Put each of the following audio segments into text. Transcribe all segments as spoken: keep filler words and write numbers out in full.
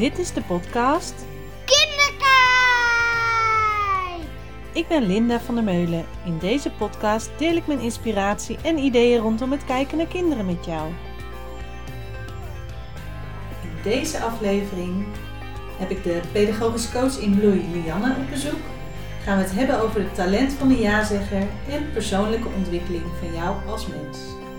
Dit is de podcast Kinderkijk! Ik ben Linda van der Meulen. In deze podcast deel ik mijn inspiratie en ideeën rondom het kijken naar kinderen met jou. In deze aflevering heb ik de pedagogisch coach in bloei Lianne op bezoek. Gaan we het hebben over het talent van de ja-zegger en persoonlijke ontwikkeling van jou als mens.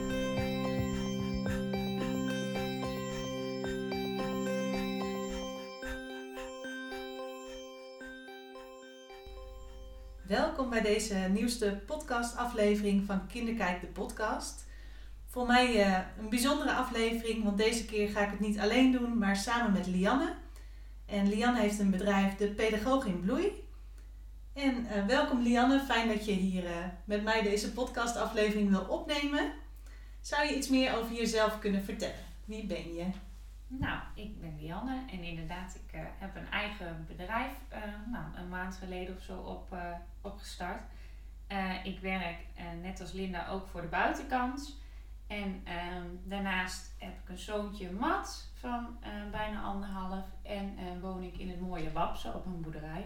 Welkom bij deze nieuwste podcastaflevering van Kinderkijk de podcast. Voor mij uh, een bijzondere aflevering, want deze keer ga ik het niet alleen doen, maar samen met Lianne. En Lianne heeft een bedrijf, de Pedagoog in Bloei. En uh, welkom Lianne, fijn dat je hier uh, met mij deze podcastaflevering wil opnemen. Zou je iets meer over jezelf kunnen vertellen? Wie ben je? Nou, ik ben Lianne en inderdaad, ik uh, heb een eigen bedrijf, uh, nou, een maand geleden of zo op, uh, opgestart. Uh, ik werk uh, net als Linda ook voor de buitenkant. En uh, daarnaast heb ik een zoontje Mat van uh, bijna anderhalf en uh, woon ik in het mooie Wapse op een boerderij.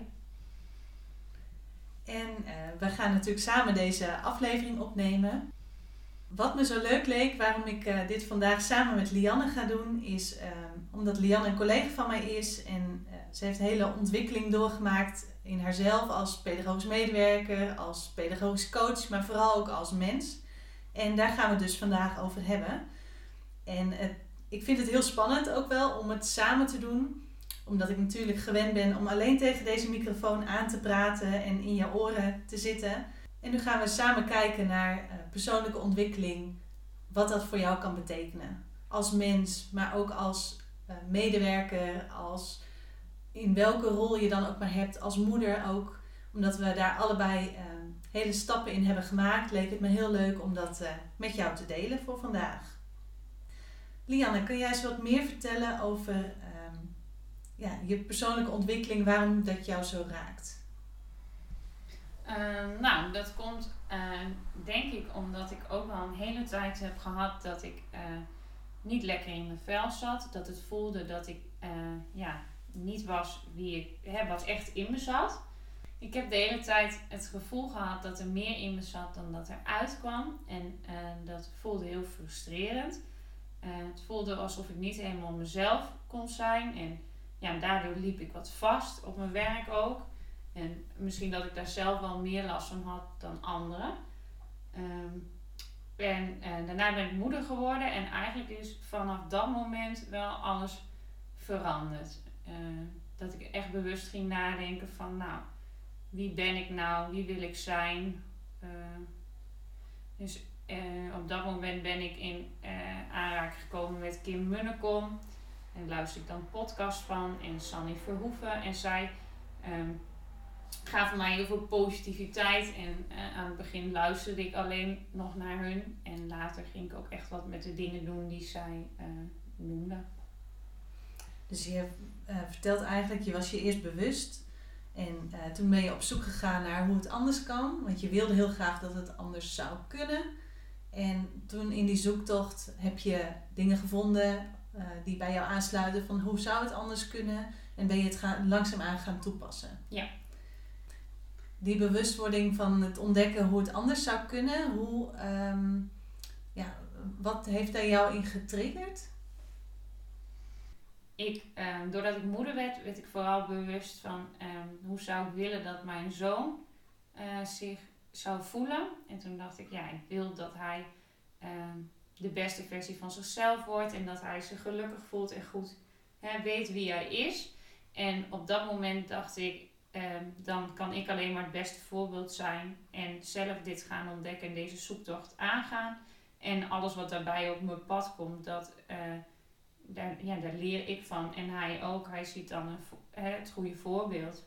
En uh, we gaan natuurlijk samen deze aflevering opnemen. Wat me zo leuk leek, waarom ik uh, dit vandaag samen met Lianne ga doen, is uh, omdat Lianne een collega van mij is en uh, ze heeft een hele ontwikkeling doorgemaakt in haarzelf als pedagogisch medewerker, als pedagogisch coach, maar vooral ook als mens. En daar gaan we het dus vandaag over hebben. En uh, ik vind het heel spannend ook wel om het samen te doen, omdat ik natuurlijk gewend ben om alleen tegen deze microfoon aan te praten en in je oren te zitten. En nu gaan we samen kijken naar uh, persoonlijke ontwikkeling, wat dat voor jou kan betekenen. Als mens, maar ook als uh, medewerker, als in welke rol je dan ook maar hebt, als moeder ook. Omdat we daar allebei uh, hele stappen in hebben gemaakt, leek het me heel leuk om dat uh, met jou te delen voor vandaag. Lianne, kun jij eens wat meer vertellen over uh, ja, je persoonlijke ontwikkeling, waarom dat jou zo raakt? Uh, nou, dat komt uh, denk ik omdat ik ook wel een hele tijd heb gehad dat ik uh, niet lekker in mijn vel zat. Dat het voelde dat ik uh, ja, niet was wie ik, hè, wat echt in me zat. Ik heb de hele tijd het gevoel gehad dat er meer in me zat dan dat er uitkwam. En uh, dat voelde heel frustrerend. Uh, het voelde alsof ik niet helemaal mezelf kon zijn. En ja, daardoor liep ik wat vast op mijn werk ook. En misschien dat ik daar zelf wel meer last van had dan anderen. Um, en uh, daarna ben ik moeder geworden. En eigenlijk is vanaf dat moment wel alles veranderd. Uh, dat ik echt bewust ging nadenken van, nou, wie ben ik nou? Wie wil ik zijn? Uh, dus uh, op dat moment ben ik in uh, aanraking gekomen met Kim Munnekom. En luister ik dan podcast van. En Sanny Verhoeven. En zij Um, gaven mij heel veel positiviteit en uh, aan het begin luisterde ik alleen nog naar hun en later ging ik ook echt wat met de dingen doen die zij uh, noemden. Dus je uh, vertelt eigenlijk, je was je eerst bewust en uh, toen ben je op zoek gegaan naar hoe het anders kan, want je wilde heel graag dat het anders zou kunnen. En toen in die zoektocht heb je dingen gevonden uh, die bij jou aansluiten van hoe zou het anders kunnen en ben je het gaan, langzaamaan gaan toepassen. Ja. Die bewustwording van het ontdekken hoe het anders zou kunnen, hoe, um, ja, wat heeft daar jou in getriggerd? Ik, uh, doordat ik moeder werd, werd ik vooral bewust van um, hoe zou ik willen dat mijn zoon uh, zich zou voelen. En toen dacht ik, ja, ik wil dat hij uh, de beste versie van zichzelf wordt en dat hij zich gelukkig voelt en goed hè, weet wie hij is. En op dat moment dacht ik, Uh, dan kan ik alleen maar het beste voorbeeld zijn en zelf dit gaan ontdekken en deze zoektocht aangaan. En alles wat daarbij op mijn pad komt, dat, uh, daar, ja, daar leer ik van. En hij ook, hij ziet dan een, uh, het goede voorbeeld.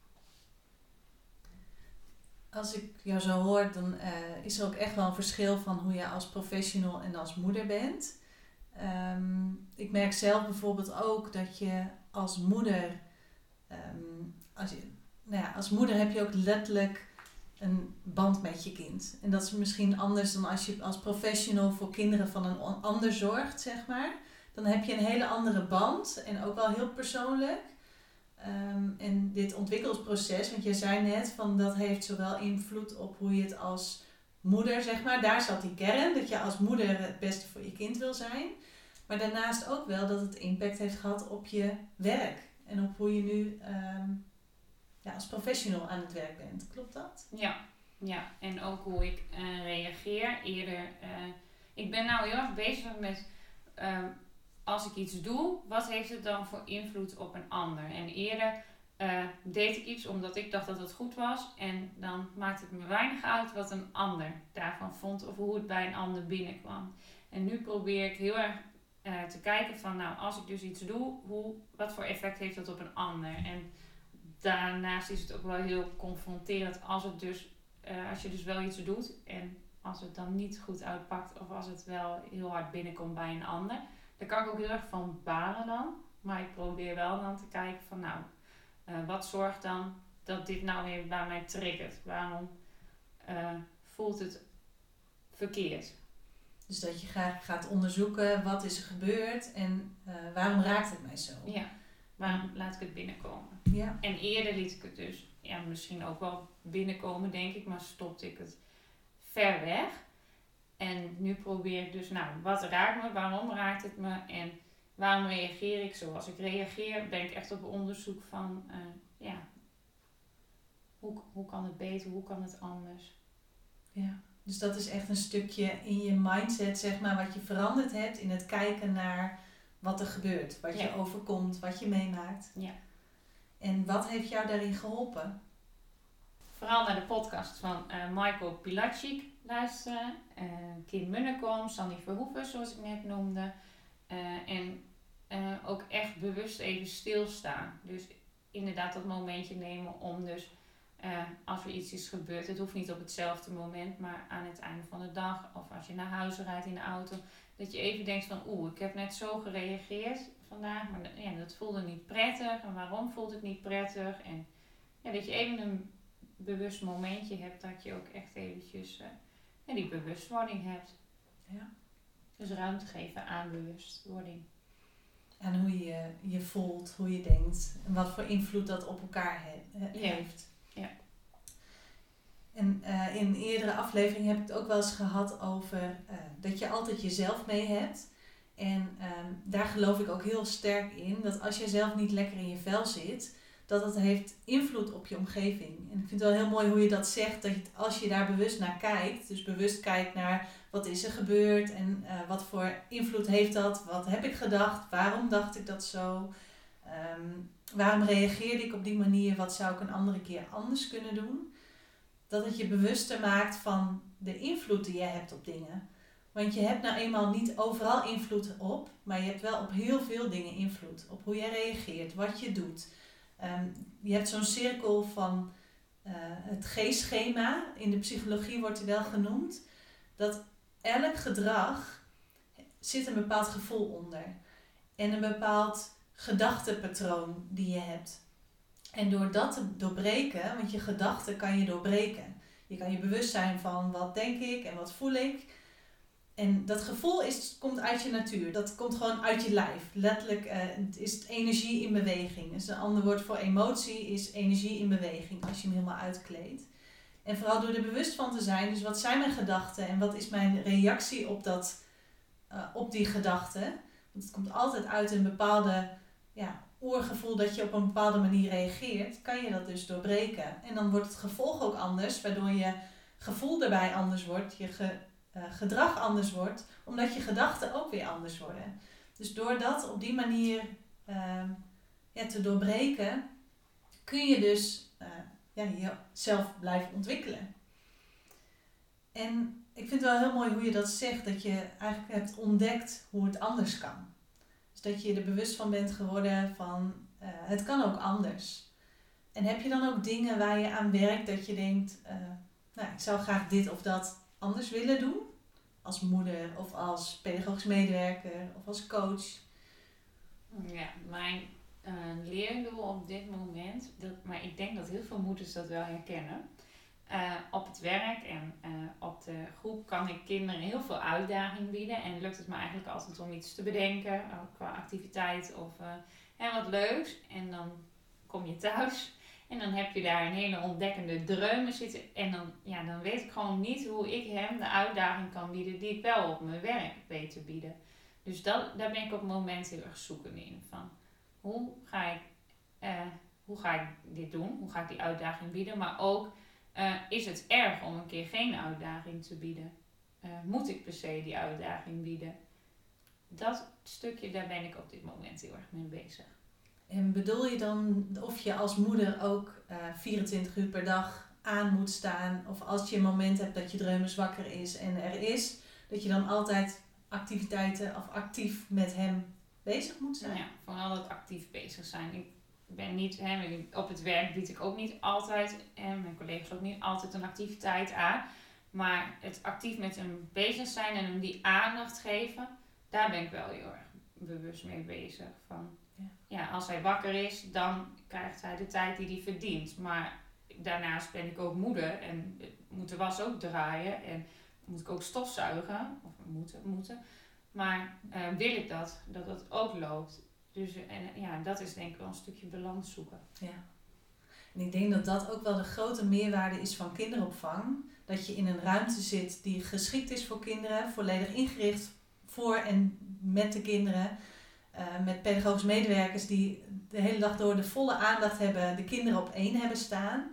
Als ik jou zo hoor, dan uh, is er ook echt wel een verschil van hoe je als professional en als moeder bent. Um, ik merk zelf bijvoorbeeld ook dat je als moeder... Um, als je, nou ja, als moeder heb je ook letterlijk een band met je kind. En dat is misschien anders dan als je als professional voor kinderen van een ander zorgt, zeg maar. dan heb je een hele andere band en ook wel heel persoonlijk. Um, en dit ontwikkelingsproces, want je zei net van dat heeft zowel invloed op hoe je het als moeder, zeg maar, daar zat die kern, dat je als moeder het beste voor je kind wil zijn. Maar daarnaast ook wel dat het impact heeft gehad op je werk en op hoe je nu um, ja, als professional aan het werk bent. Klopt dat? Ja, ja. En ook hoe ik uh, reageer. Eerder, uh, ik ben nou heel erg bezig met, uh, als ik iets doe, wat heeft het dan voor invloed op een ander? En eerder uh, deed ik iets omdat ik dacht dat het goed was. En dan maakt het me weinig uit wat een ander daarvan vond of hoe het bij een ander binnenkwam. En nu probeer ik heel erg uh, te kijken van, nou, als ik dus iets doe, hoe, wat voor effect heeft dat op een ander? En daarnaast is het ook wel heel confronterend als het dus, uh, als je dus wel iets doet en als het dan niet goed uitpakt of als het wel heel hard binnenkomt bij een ander. Daar kan ik ook heel erg van balen dan. Maar ik probeer wel dan te kijken van nou, uh, wat zorgt dan dat dit nou weer bij mij triggert? Waarom uh, voelt het verkeerd? Dus dat je graag gaat onderzoeken wat is er gebeurd en uh, waarom raakt het mij zo? Ja, waarom laat ik het binnenkomen? Ja. En eerder liet ik het dus ja, misschien ook wel binnenkomen, denk ik, maar stopte ik het ver weg. En nu probeer ik dus, nou, wat raakt me, waarom raakt het me en waarom reageer ik zoals ik reageer? Ben ik echt op onderzoek van, uh, ja, hoe, hoe kan het beter, hoe kan het anders? Ja, dus dat is echt een stukje in je mindset, zeg maar, wat je veranderd hebt in het kijken naar wat er gebeurt, wat je ja. overkomt, wat je meemaakt. Ja. En wat heeft jou daarin geholpen? Vooral naar de podcast van uh, Michael Pilatschik luisteren, uh, Kim Munnekom, Sandy Verhoeven, zoals ik net noemde. Uh, en uh, ook echt bewust even stilstaan. Dus inderdaad dat momentje nemen om dus, uh, als er iets is gebeurd, het hoeft niet op hetzelfde moment, maar aan het einde van de dag of als je naar huis rijdt in de auto, dat je even denkt van oeh, ik heb net zo gereageerd vandaag, maar ja, dat voelde niet prettig. En waarom voelt het niet prettig? En ja, dat je even een bewust momentje hebt dat je ook echt eventjes uh, ja, die bewustwording hebt. Ja. Dus ruimte geven aan bewustwording. En hoe je je voelt, hoe je denkt en wat voor invloed dat op elkaar he- he- ja. heeft. Ja. En uh, in een eerdere aflevering heb ik het ook wel eens gehad over uh, dat je altijd jezelf mee hebt. En um, daar geloof ik ook heel sterk in, dat als je zelf niet lekker in je vel zit, dat het heeft invloed op je omgeving. En ik vind het wel heel mooi hoe je dat zegt, dat je, als je daar bewust naar kijkt, dus bewust kijkt naar wat is er gebeurd en uh, wat voor invloed heeft dat, wat heb ik gedacht, waarom dacht ik dat zo, um, waarom reageerde ik op die manier, wat zou ik een andere keer anders kunnen doen. Dat het je bewuster maakt van de invloed die je hebt op dingen. Want je hebt nou eenmaal niet overal invloed op, maar je hebt wel op heel veel dingen invloed. Op hoe jij reageert, wat je doet. Um, je hebt zo'n cirkel van uh, het G-schema, in de psychologie wordt die wel genoemd, dat elk gedrag zit een bepaald gevoel onder. En een bepaald gedachtepatroon die je hebt. En door dat te doorbreken, want je gedachten kan je doorbreken. Je kan je bewust zijn van wat denk ik en wat voel ik. En dat gevoel is, komt uit je natuur. Dat komt gewoon uit je lijf. Letterlijk uh, het is energie in beweging. Dus een ander woord voor emotie is energie in beweging. Als je hem helemaal uitkleedt. En vooral door er bewust van te zijn. Dus wat zijn mijn gedachten en wat is mijn reactie op, dat, uh, op die gedachten. Want het komt altijd uit een bepaalde ja, oergevoel dat je op een bepaalde manier reageert. Kan je dat dus doorbreken. En dan wordt het gevolg ook anders. Waardoor je gevoel daarbij anders wordt. Je ge, uh, gedrag anders wordt. Omdat je gedachten ook weer anders worden. Dus door dat op die manier uh, ja, te doorbreken. Kun je dus uh, ja, jezelf blijven ontwikkelen. En ik vind het wel heel mooi hoe je dat zegt. Dat je eigenlijk hebt ontdekt hoe het anders kan. Dus dat je er bewust van bent geworden van uh, het kan ook anders. En heb je dan ook dingen waar je aan werkt dat je denkt, uh, nou ik zou graag dit of dat anders willen doen? Als moeder of als pedagogisch medewerker of als coach? Ja, mijn uh, leerdoel op dit moment, dat, maar ik denk dat heel veel moeders dat wel herkennen. Uh, op het werk en uh, op de groep kan ik kinderen heel veel uitdaging bieden. En lukt het me eigenlijk altijd om iets te bedenken, uh, qua activiteit of uh, hè, wat leuks. En dan kom je thuis en dan heb je daar een hele ontdekkende dreume zitten. En dan, ja, dan weet ik gewoon niet hoe ik hem de uitdaging kan bieden die ik wel op mijn werk weet te bieden. Dus dat, daar ben ik op het moment heel erg zoekende in. Van hoe ga ik, uh, hoe ga ik dit doen? Hoe ga ik die uitdaging bieden? Maar ook... Uh, is het erg om een keer geen uitdaging te bieden? Uh, moet ik per se die uitdaging bieden? Dat stukje, daar ben ik op dit moment heel erg mee bezig. En bedoel je dan of je als moeder ook uh, vierentwintig uur per dag aan moet staan? Of als je een moment hebt dat je dreum zwakker is en er is, dat je dan altijd activiteiten of actief met hem bezig moet zijn? Ja, vooral dat actief bezig zijn. Ik ben niet, hè, op het werk bied ik ook niet altijd, en mijn collega's ook niet altijd een activiteit aan. Maar het actief met hem bezig zijn en hem die aandacht geven, daar ben ik wel heel erg bewust mee bezig. Van, ja. Ja, als hij wakker is, dan krijgt hij de tijd die hij verdient. Maar daarnaast ben ik ook moeder en moet de was ook draaien en moet ik ook stofzuigen. Of moeten, moeten. Maar uh, wil ik dat, dat dat ook loopt. Dus en, ja, dat is denk ik wel een stukje balans zoeken. Ja. En ik denk dat dat ook wel de grote meerwaarde is van kinderopvang. Dat je in een ruimte zit die geschikt is voor kinderen, volledig ingericht voor en met de kinderen. Uh, met pedagogische medewerkers die de hele dag door de volle aandacht hebben, de kinderen op één hebben staan.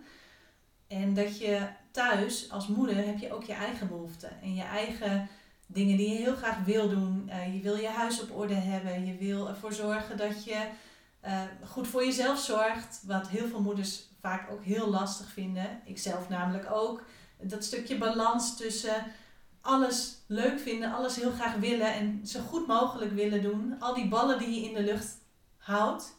En dat je thuis als moeder heb je ook je eigen behoeften en je eigen dingen die je heel graag wil doen. Uh, je wil je huis op orde hebben. Je wil ervoor zorgen dat je uh, goed voor jezelf zorgt. Wat heel veel moeders vaak ook heel lastig vinden. Ik zelf namelijk ook. Dat stukje balans tussen alles leuk vinden, alles heel graag willen en zo goed mogelijk willen doen. Al die ballen die je in de lucht houdt.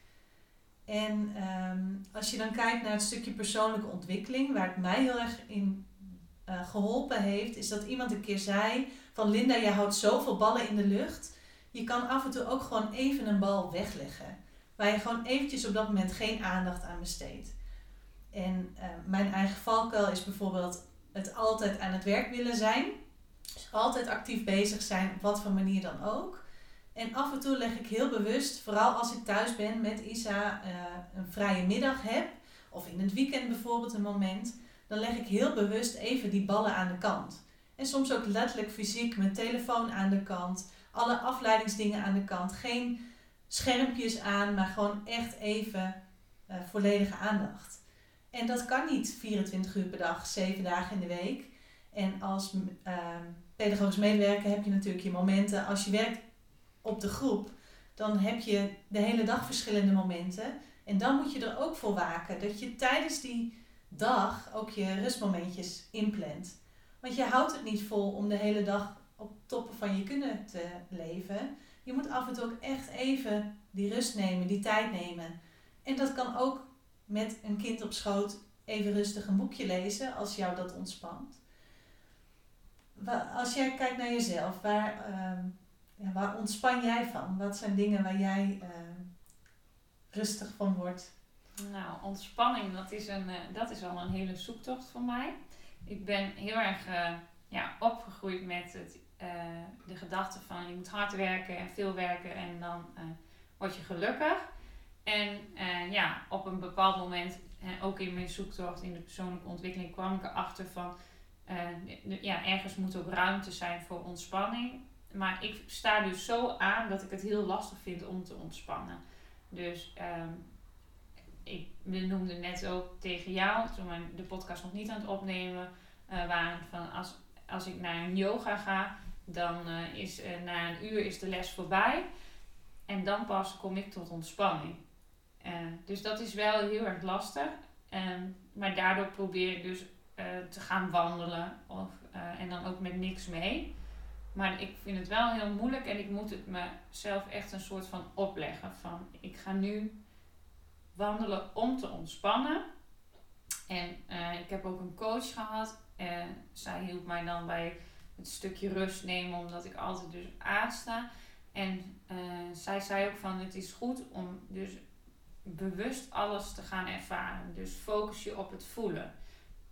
En um, als je dan kijkt naar het stukje persoonlijke ontwikkeling, waar het mij heel erg in uh, geholpen heeft, is dat iemand een keer zei van Linda, je houdt zoveel ballen in de lucht. Je kan af en toe ook gewoon even een bal wegleggen. Waar je gewoon eventjes op dat moment geen aandacht aan besteedt. En uh, mijn eigen valkuil is bijvoorbeeld het altijd aan het werk willen zijn. Dus altijd actief bezig zijn, op wat voor manier dan ook. En af en toe leg ik heel bewust, vooral als ik thuis ben met Isa, uh, een vrije middag heb. Of in het weekend bijvoorbeeld een moment. Dan leg ik heel bewust even die ballen aan de kant. En soms ook letterlijk fysiek mijn telefoon aan de kant. Alle afleidingsdingen aan de kant. Geen schermpjes aan, maar gewoon echt even uh, volledige aandacht. En dat kan niet vierentwintig uur per dag, zeven dagen in de week. En als uh, pedagogisch medewerker heb je natuurlijk je momenten. Als je werkt op de groep, dan heb je de hele dag verschillende momenten. En dan moet je er ook voor waken. Dat je tijdens die dag ook je rustmomentjes inplant. Want je houdt het niet vol om de hele dag op toppen van je kunnen te leven. Je moet af en toe ook echt even die rust nemen, die tijd nemen. En dat kan ook met een kind op schoot even rustig een boekje lezen, als jou dat ontspant. Als jij kijkt naar jezelf, waar, uh, ja, waar ontspan jij van? Wat zijn dingen waar jij uh, rustig van wordt? Nou, ontspanning, dat is, een, uh, dat is al een hele zoektocht voor mij. Ik ben heel erg uh, ja, opgegroeid met het, uh, de gedachte van je moet hard werken en veel werken en dan uh, word je gelukkig. En uh, ja, op een bepaald moment, uh, ook in mijn zoektocht in de persoonlijke ontwikkeling, kwam ik erachter van uh, de, ja, ergens moet ook ruimte zijn voor ontspanning. Maar ik sta dus zo aan dat ik het heel lastig vind om te ontspannen. Dus um, ik noemde net ook tegen jou, toen we de podcast nog niet aan het opnemen uh, waren, van als, als ik naar een yoga ga, dan uh, is uh, na een uur is de les voorbij. En dan pas kom ik tot ontspanning. Uh, dus dat is wel heel erg lastig. Um, maar daardoor probeer ik dus uh, te gaan wandelen. Of, uh, en dan ook met niks mee. Maar ik vind het wel heel moeilijk. En ik moet het mezelf echt een soort van opleggen. Van ik ga nu wandelen om te ontspannen. En uh, ik heb ook een coach gehad. Uh, zij hielp mij dan bij het stukje rust nemen. Omdat ik altijd dus aansta. En uh, zij zei ook van het is goed om dus bewust alles te gaan ervaren. Dus focus je op het voelen.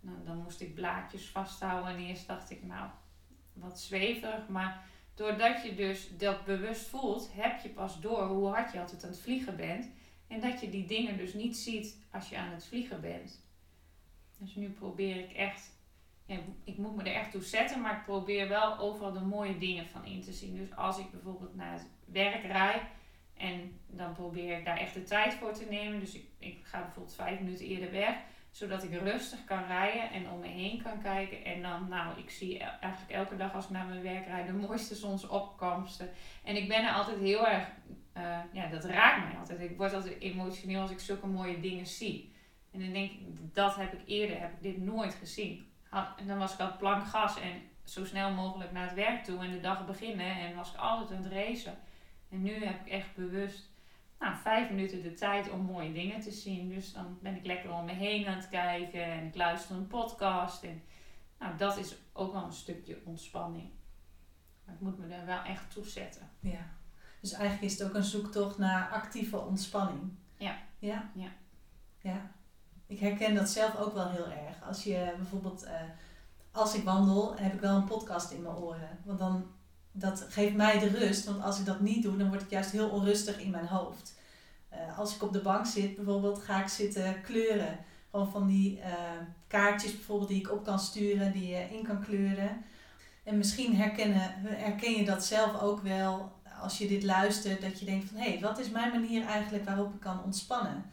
Nou, dan moest ik blaadjes vasthouden en eerst dacht ik, nou, wat zweverig. Maar doordat je dus dat bewust voelt, heb je pas door hoe hard je altijd aan het vliegen bent. En dat je die dingen dus niet ziet als je aan het vliegen bent. Dus nu probeer ik echt, ja, ik moet me er echt toe zetten, maar ik probeer wel overal de mooie dingen van in te zien. Dus als ik bijvoorbeeld naar het werk rijd en dan probeer ik daar echt de tijd voor te nemen. Dus ik, ik ga bijvoorbeeld vijf minuten eerder weg, zodat ik rustig kan rijden en om me heen kan kijken. En dan, nou, ik zie eigenlijk elke dag als ik naar mijn werk rijd de mooiste zonsopkomsten. En ik ben er altijd heel erg, uh, ja, dat raakt mij altijd. Ik word altijd emotioneel als ik zulke mooie dingen zie. En dan denk ik, dat heb ik eerder, heb ik dit nooit gezien. En dan was ik al plank gas en zo snel mogelijk naar het werk toe en de dag beginnen. En was ik altijd aan het racen. En nu heb ik echt bewust, nou, vijf minuten de tijd om mooie dingen te zien. Dus dan ben ik lekker om me heen aan het kijken en ik luister een podcast. En nou, dat is ook wel een stukje ontspanning. Maar ik moet me daar wel echt toe zetten. Ja, dus eigenlijk is het ook een zoektocht naar actieve ontspanning. Ja. Ja? Ja. Ja. Ik herken dat zelf ook wel heel erg. Als je bijvoorbeeld, uh, als ik wandel, heb ik wel een podcast in mijn oren. Want dan, dat geeft mij de rust. Want als ik dat niet doe, dan word ik juist heel onrustig in mijn hoofd. Uh, als ik op de bank zit, bijvoorbeeld, ga ik zitten kleuren. Gewoon van die uh, kaartjes bijvoorbeeld die ik op kan sturen, die je in kan kleuren. En misschien herkennen, herken je dat zelf ook wel als je dit luistert. Dat je denkt van, hé, hey, wat is mijn manier eigenlijk waarop ik kan ontspannen?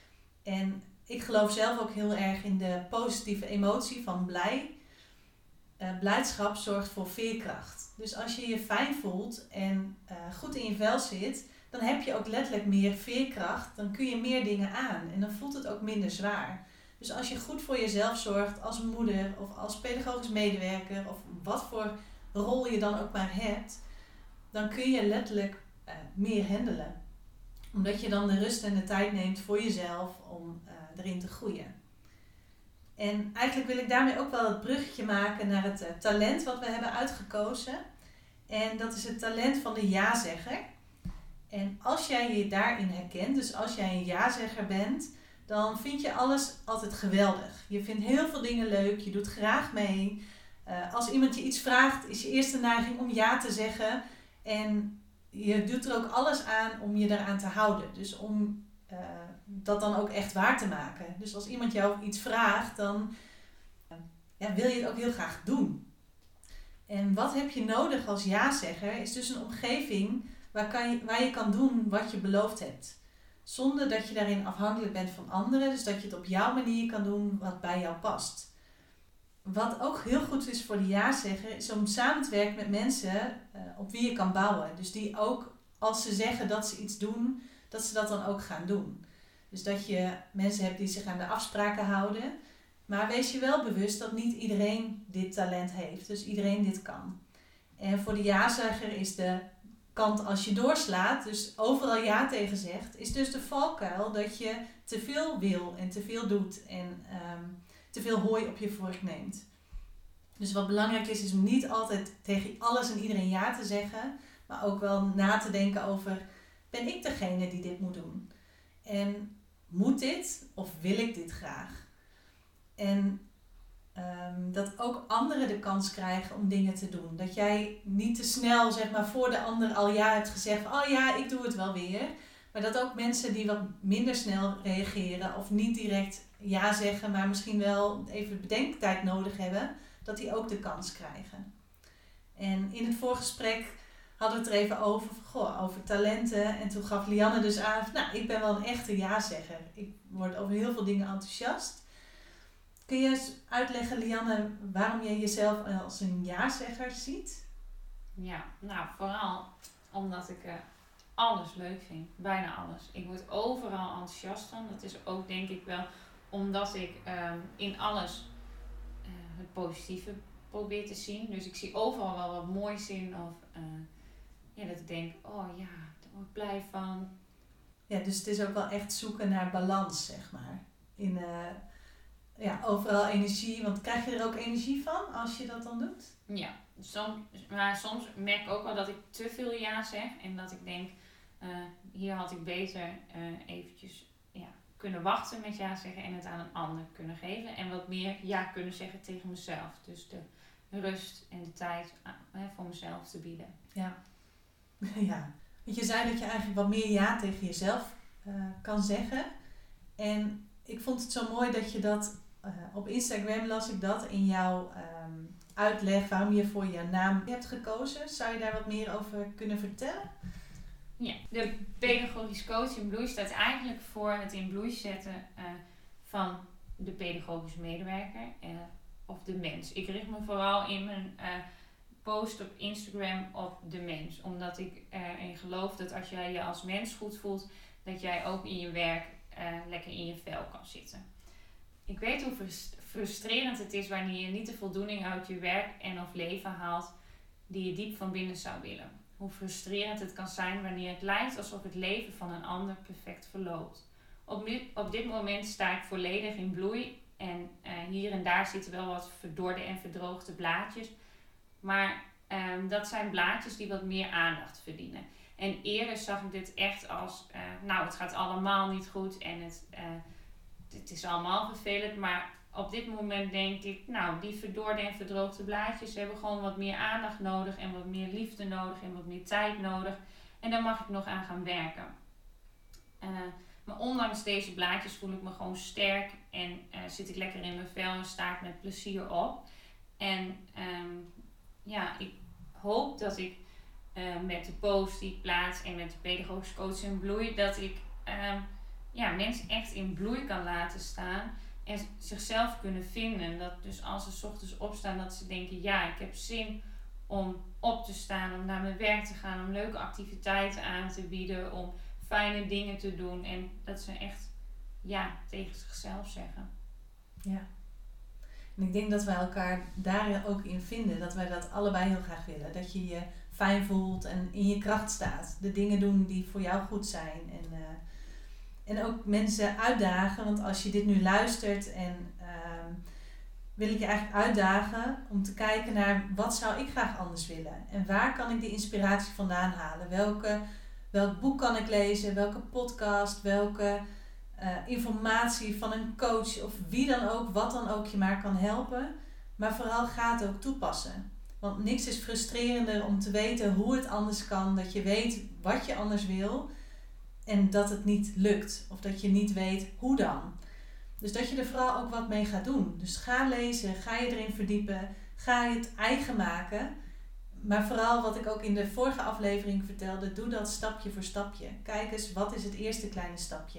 En ik geloof zelf ook heel erg in de positieve emotie van blij. Uh, blijdschap zorgt voor veerkracht. Dus als je je fijn voelt en uh, goed in je vel zit, dan heb je ook letterlijk meer veerkracht. Dan kun je meer dingen aan en dan voelt het ook minder zwaar. Dus als je goed voor jezelf zorgt als moeder of als pedagogisch medewerker of wat voor rol je dan ook maar hebt, dan kun je letterlijk uh, meer handelen. Omdat je dan de rust en de tijd neemt voor jezelf om uh, erin te groeien. En eigenlijk wil ik daarmee ook wel het bruggetje maken naar het uh, talent wat we hebben uitgekozen. En dat is het talent van de ja-zegger. En als jij je daarin herkent, dus als jij een ja-zegger bent, dan vind je alles altijd geweldig. Je vindt heel veel dingen leuk, je doet graag mee. Uh, als iemand je iets vraagt, is je eerste neiging om ja te zeggen. En je doet er ook alles aan om je daaraan te houden. Dus om uh, dat dan ook echt waar te maken. Dus als iemand jou iets vraagt, dan uh, ja, wil je het ook heel graag doen. En wat heb je nodig als ja-zegger? Is dus een omgeving waar, kan je, waar je kan doen wat je beloofd hebt. Zonder dat je daarin afhankelijk bent van anderen. Dus dat je het op jouw manier kan doen wat bij jou past. Wat ook heel goed is voor de ja-zegger, is om samen te werken met mensen uh, op wie je kan bouwen. Dus die ook, als ze zeggen dat ze iets doen, dat ze dat dan ook gaan doen. Dus dat je mensen hebt die zich aan de afspraken houden. Maar wees je wel bewust dat niet iedereen dit talent heeft. Dus iedereen dit kan. En voor de ja-zegger is de kant als je doorslaat, dus overal ja tegen zegt, is dus de valkuil dat je te veel wil en te veel doet en um, te veel hooi op je vork neemt. Dus wat belangrijk is, is om niet altijd tegen alles en iedereen ja te zeggen, maar ook wel na te denken over, ben ik degene die dit moet doen? En moet dit of wil ik dit graag? En um, dat ook anderen de kans krijgen om dingen te doen. Dat jij niet te snel, zeg maar, voor de ander al ja hebt gezegd, oh ja, ik doe het wel weer. Maar dat ook mensen die wat minder snel reageren of niet direct ja zeggen, maar misschien wel even bedenktijd nodig hebben, dat die ook de kans krijgen. En in het voorgesprek hadden we het er even over, goh, over talenten. En toen gaf Lianne dus aan, nou, ik ben wel een echte ja-zegger. Ik word over heel veel dingen enthousiast. Kun je eens uitleggen, Lianne, waarom jij jezelf als een ja-zegger ziet? Ja, nou vooral omdat ik uh, alles leuk vind. Bijna alles. Ik word overal enthousiast van. Dat is ook denk ik wel omdat ik uh, in alles uh, het positieve probeer te zien. Dus ik zie overal wel wat moois in. Of uh, ja, dat ik denk, oh ja, daar word ik blij van. Ja, dus het is ook wel echt zoeken naar balans, zeg maar. In... Uh, Ja, overal energie, want krijg je er ook energie van als je dat dan doet? Ja, soms, maar soms merk ik ook wel dat ik te veel ja zeg en dat ik denk, uh, hier had ik beter uh, eventjes ja, kunnen wachten met ja zeggen en het aan een ander kunnen geven. En wat meer ja kunnen zeggen tegen mezelf. Dus de rust en de tijd uh, voor mezelf te bieden. Ja. Ja. Want je zei dat je eigenlijk wat meer ja tegen jezelf uh, kan zeggen. En ik vond het zo mooi dat je dat, uh, op Instagram las ik dat, in jouw um, uitleg waarom je voor je naam hebt gekozen. Zou je daar wat meer over kunnen vertellen? Ja, de pedagogisch coach in bloei staat eigenlijk voor het in bloei zetten uh, van de pedagogische medewerker uh, of de mens. Ik richt me vooral in mijn uh, post op Instagram op de mens. Omdat ik erin geloof dat als jij je als mens goed voelt, dat jij ook in je werk uh, lekker in je vel kan zitten. Ik weet hoe frustrerend het is wanneer je niet de voldoening uit je werk en of leven haalt die je diep van binnen zou willen. Hoe frustrerend het kan zijn wanneer het lijkt alsof het leven van een ander perfect verloopt. Op, op dit moment sta ik volledig in bloei en uh, hier en daar zitten wel wat verdorde en verdroogde blaadjes. Maar um, dat zijn blaadjes die wat meer aandacht verdienen. En eerder zag ik dit echt als, uh, nou het gaat allemaal niet goed en het, uh, het is allemaal vervelend. Maar op dit moment denk ik, nou die verdorde en verdroogde blaadjes hebben gewoon wat meer aandacht nodig en wat meer liefde nodig en wat meer tijd nodig. En daar mag ik nog aan gaan werken. Uh, maar ondanks deze blaadjes voel ik me gewoon sterk en uh, zit ik lekker in mijn vel en sta ik met plezier op. En um, ja, ik hoop dat ik uh, met de post die ik plaats en met de pedagogische coach in bloei, dat ik um, ja, mensen echt in bloei kan laten staan en zichzelf kunnen vinden. Dat dus als ze 's ochtends opstaan, dat ze denken, ja, ik heb zin om op te staan, om naar mijn werk te gaan, om leuke activiteiten aan te bieden, om fijne dingen te doen. En dat ze echt ja tegen zichzelf zeggen. Ja. En ik denk dat wij elkaar daar ook in vinden. Dat wij dat allebei heel graag willen. Dat je je fijn voelt en in je kracht staat. De dingen doen die voor jou goed zijn. En, uh, en ook mensen uitdagen. Want als je dit nu luistert en uh, wil ik je eigenlijk uitdagen om te kijken naar wat zou ik graag anders willen. En waar kan ik die inspiratie vandaan halen? Welke, welk boek kan ik lezen? Welke podcast? Welke uh, informatie van een coach of wie dan ook, wat dan ook je maar kan helpen. Maar vooral ga het ook toepassen. Want niks is frustrerender om te weten hoe het anders kan. Dat je weet wat je anders wil en dat het niet lukt. Of dat je niet weet hoe dan. Dus dat je er vooral ook wat mee gaat doen. Dus ga lezen, ga je erin verdiepen, ga je het eigen maken. Maar vooral wat ik ook in de vorige aflevering vertelde, doe dat stapje voor stapje. Kijk eens, wat is het eerste kleine stapje?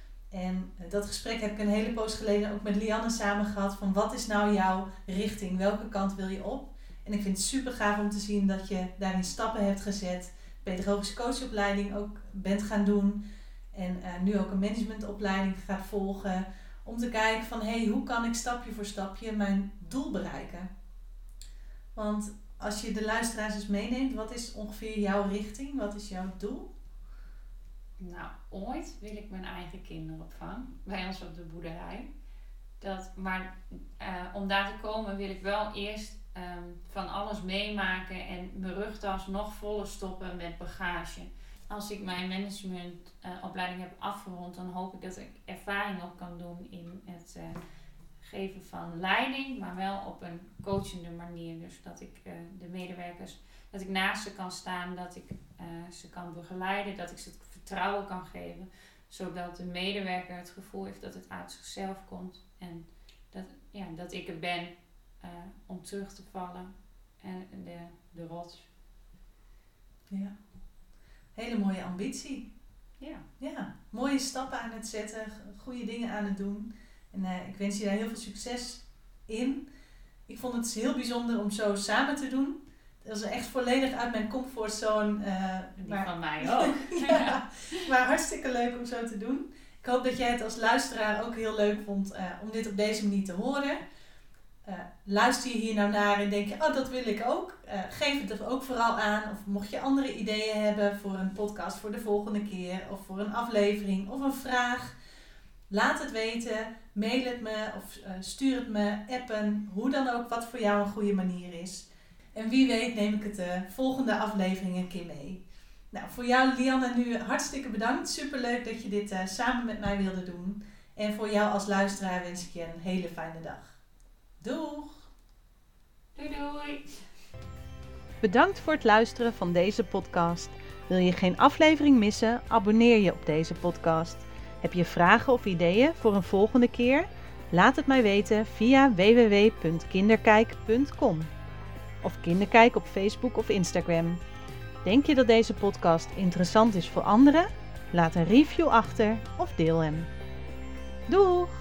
En dat gesprek heb ik een hele poos geleden ook met Lianne samen gehad. Van wat is nou jouw richting? Welke kant wil je op? En ik vind het super gaaf om te zien dat je daarin stappen hebt gezet. Pedagogische coachopleiding ook bent gaan doen. En uh, nu ook een managementopleiding gaat volgen. Om te kijken van, hé, hey, hoe kan ik stapje voor stapje mijn doel bereiken? Want als je de luisteraars eens meeneemt, wat is ongeveer jouw richting? Wat is jouw doel? Nou, ooit wil ik mijn eigen kinderopvang bij ons op de boerderij. Dat, maar uh, om daar te komen wil ik wel eerst um, van alles meemaken en mijn rugtas nog voller stoppen met bagage. Als ik mijn managementopleiding uh, heb afgerond, dan hoop ik dat ik ervaring op kan doen in het uh, geven van leiding, maar wel op een coachende manier. Dus dat ik uh, de medewerkers, dat ik naast ze kan staan, dat ik uh, ze kan begeleiden, dat ik ze het vertrouwen kan geven, zodat de medewerker het gevoel heeft dat het uit zichzelf komt en dat, ja, dat ik er ben uh, om terug te vallen en de, de rots. Ja. Hele mooie ambitie. Ja. Ja, mooie stappen aan het zetten, goede dingen aan het doen. En uh, ik wens je daar heel veel succes in. Ik vond het heel bijzonder om zo samen te doen. Dat is echt volledig uit mijn comfortzone. Uh, Die maar, van mij ook. Ja, maar hartstikke leuk om zo te doen. Ik hoop dat jij het als luisteraar ook heel leuk vond uh, om dit op deze manier te horen. Uh, luister je hier nou naar en denk je, oh dat wil ik ook. Uh, geef het er ook vooral aan. Of mocht je andere ideeën hebben voor een podcast voor de volgende keer. Of voor een aflevering of een vraag. Laat het weten. Mail het me of uh, stuur het me. Appen. Hoe dan ook wat voor jou een goede manier is. En wie weet neem ik het de volgende aflevering een keer mee. Nou, voor jou Lianne nu hartstikke bedankt. Superleuk dat je dit uh, samen met mij wilde doen. En voor jou als luisteraar wens ik je een hele fijne dag. Doeg! Doei doei! Bedankt voor het luisteren van deze podcast. Wil je geen aflevering missen? Abonneer je op deze podcast. Heb je vragen of ideeën voor een volgende keer? Laat het mij weten via w w w punt kinderkijk punt com of Kinderkijk op Facebook of Instagram. Denk je dat deze podcast interessant is voor anderen? Laat een review achter of deel hem. Doeg!